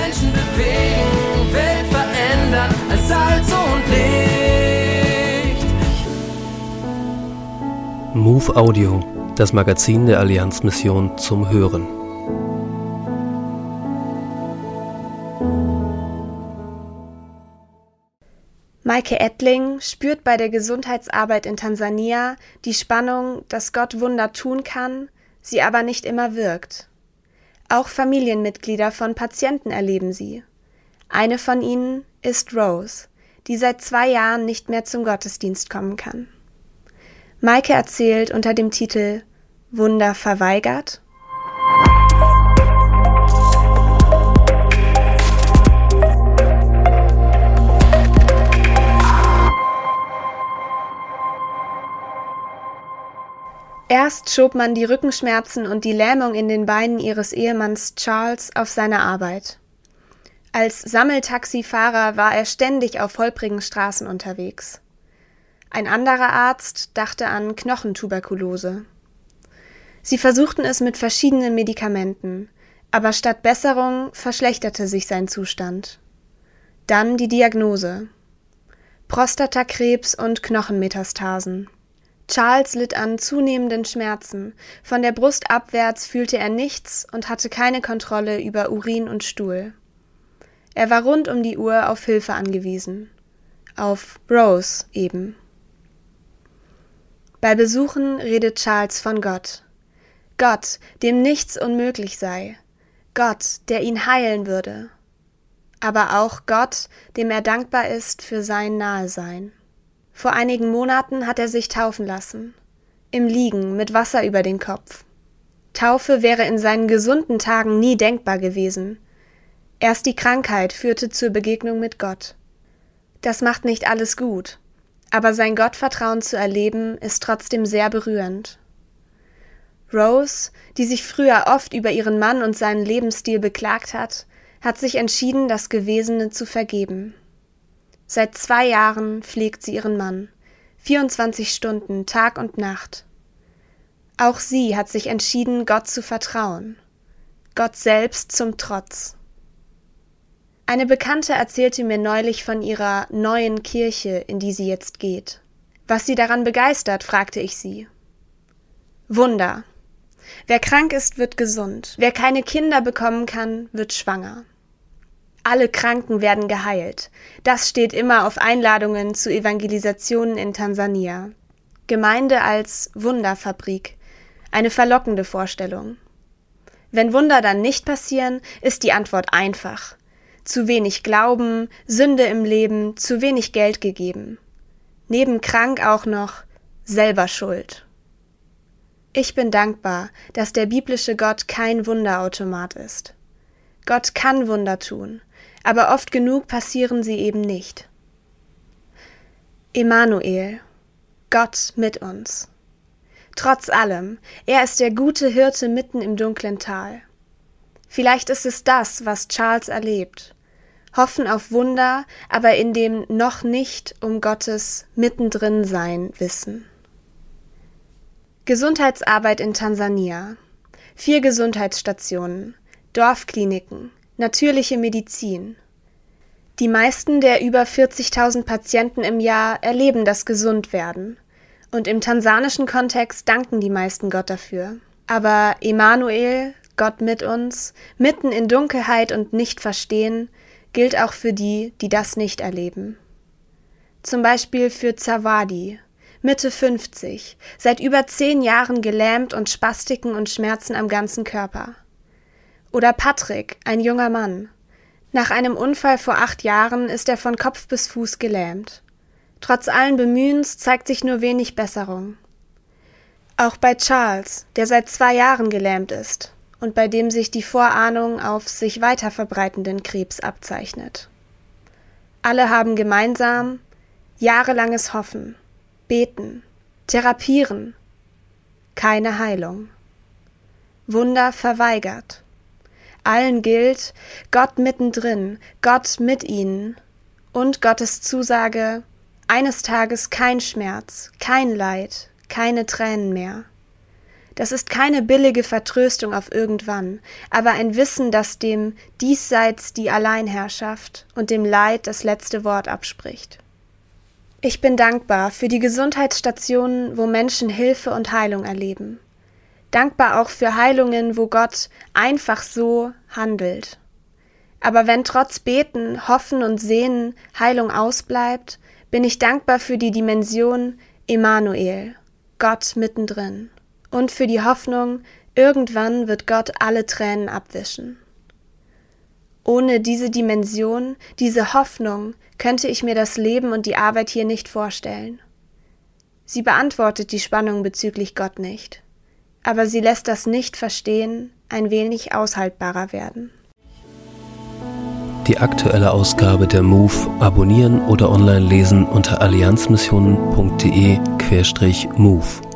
Menschen bewegen, Welt verändern als Salz und Licht. Move Audio, das Magazin der Allianzmission zum Hören. Maike Ettling spürt bei der Gesundheitsarbeit in Tansania die Spannung, dass Gott Wunder tun kann, sie aber nicht immer wirkt. Auch Familienmitglieder von Patienten erleben sie. Eine von ihnen ist Rose, die seit 2 Jahren nicht mehr zum Gottesdienst kommen kann. Maike erzählt unter dem Titel Wunder verweigert. Erst schob man die Rückenschmerzen und die Lähmung in den Beinen ihres Ehemanns Charles auf seine Arbeit. Als Sammeltaxifahrer war er ständig auf holprigen Straßen unterwegs. Ein anderer Arzt dachte an Knochentuberkulose. Sie versuchten es mit verschiedenen Medikamenten, aber statt Besserung verschlechterte sich sein Zustand. Dann die Diagnose: Prostatakrebs und Knochenmetastasen. Charles litt an zunehmenden Schmerzen. Von der Brust abwärts fühlte er nichts und hatte keine Kontrolle über Urin und Stuhl. Er war rund um die Uhr auf Hilfe angewiesen. Auf Rose eben. Bei Besuchen redet Charles von Gott. Gott, dem nichts unmöglich sei. Gott, der ihn heilen würde. Aber auch Gott, dem er dankbar ist für sein Nahesein. Vor einigen Monaten hat er sich taufen lassen. Im Liegen, mit Wasser über den Kopf. Taufe wäre in seinen gesunden Tagen nie denkbar gewesen. Erst die Krankheit führte zur Begegnung mit Gott. Das macht nicht alles gut, aber sein Gottvertrauen zu erleben, ist trotzdem sehr berührend. Rose, die sich früher oft über ihren Mann und seinen Lebensstil beklagt hat sich entschieden, das Gewesene zu vergeben. Seit 2 Jahren pflegt sie ihren Mann, 24 Stunden, Tag und Nacht. Auch sie hat sich entschieden, Gott zu vertrauen. Gott selbst zum Trotz. Eine Bekannte erzählte mir neulich von ihrer neuen Kirche, in die sie jetzt geht. Was sie daran begeistert, fragte ich sie. Wunder. Wer krank ist, wird gesund. Wer keine Kinder bekommen kann, wird schwanger. Alle Kranken werden geheilt. Das steht immer auf Einladungen zu Evangelisationen in Tansania. Gemeinde als Wunderfabrik. Eine verlockende Vorstellung. Wenn Wunder dann nicht passieren, ist die Antwort einfach. Zu wenig Glauben, Sünde im Leben, zu wenig Geld gegeben. Neben krank auch noch selber schuld. Ich bin dankbar, dass der biblische Gott kein Wunderautomat ist. Gott kann Wunder tun, aber oft genug passieren sie eben nicht. Emanuel, Gott mit uns. Trotz allem, er ist der gute Hirte mitten im dunklen Tal. Vielleicht ist es das, was Charles erlebt. Hoffen auf Wunder, aber in dem noch nicht um Gottes Mittendrin-Sein wissen. Gesundheitsarbeit in Tansania. 4 Gesundheitsstationen, Dorfkliniken, natürliche Medizin. Die meisten der über 40.000 Patienten im Jahr erleben das Gesundwerden. Und im tansanischen Kontext danken die meisten Gott dafür. Aber Emanuel, Gott mit uns, mitten in Dunkelheit und nicht verstehen, gilt auch für die, die das nicht erleben. Zum Beispiel für Zawadi, Mitte 50, seit über 10 Jahren gelähmt und Spastiken und Schmerzen am ganzen Körper. Oder Patrick, ein junger Mann. Nach einem Unfall vor 8 Jahren ist er von Kopf bis Fuß gelähmt. Trotz allen Bemühens zeigt sich nur wenig Besserung. Auch bei Charles, der seit 2 Jahren gelähmt ist und bei dem sich die Vorahnung auf sich weiter verbreitenden Krebs abzeichnet. Alle haben gemeinsam jahrelanges Hoffen, Beten, Therapieren, keine Heilung. Wunder verweigert. Allen gilt, Gott mittendrin, Gott mit ihnen und Gottes Zusage, eines Tages kein Schmerz, kein Leid, keine Tränen mehr. Das ist keine billige Vertröstung auf irgendwann, aber ein Wissen, das dem Diesseits die Alleinherrschaft und dem Leid das letzte Wort abspricht. Ich bin dankbar für die Gesundheitsstationen, wo Menschen Hilfe und Heilung erleben. Dankbar auch für Heilungen, wo Gott einfach so handelt. Aber wenn trotz Beten, Hoffen und Sehnen Heilung ausbleibt, bin ich dankbar für die Dimension Emmanuel, Gott mittendrin. Und für die Hoffnung, irgendwann wird Gott alle Tränen abwischen. Ohne diese Dimension, diese Hoffnung, könnte ich mir das Leben und die Arbeit hier nicht vorstellen. Sie beantwortet die Spannung bezüglich Gott nicht, aber sie lässt das Nicht-Verstehen ein wenig aushaltbarer werden. Die aktuelle Ausgabe der MOVE abonnieren oder online lesen unter allianzmissionen.de/MOVE.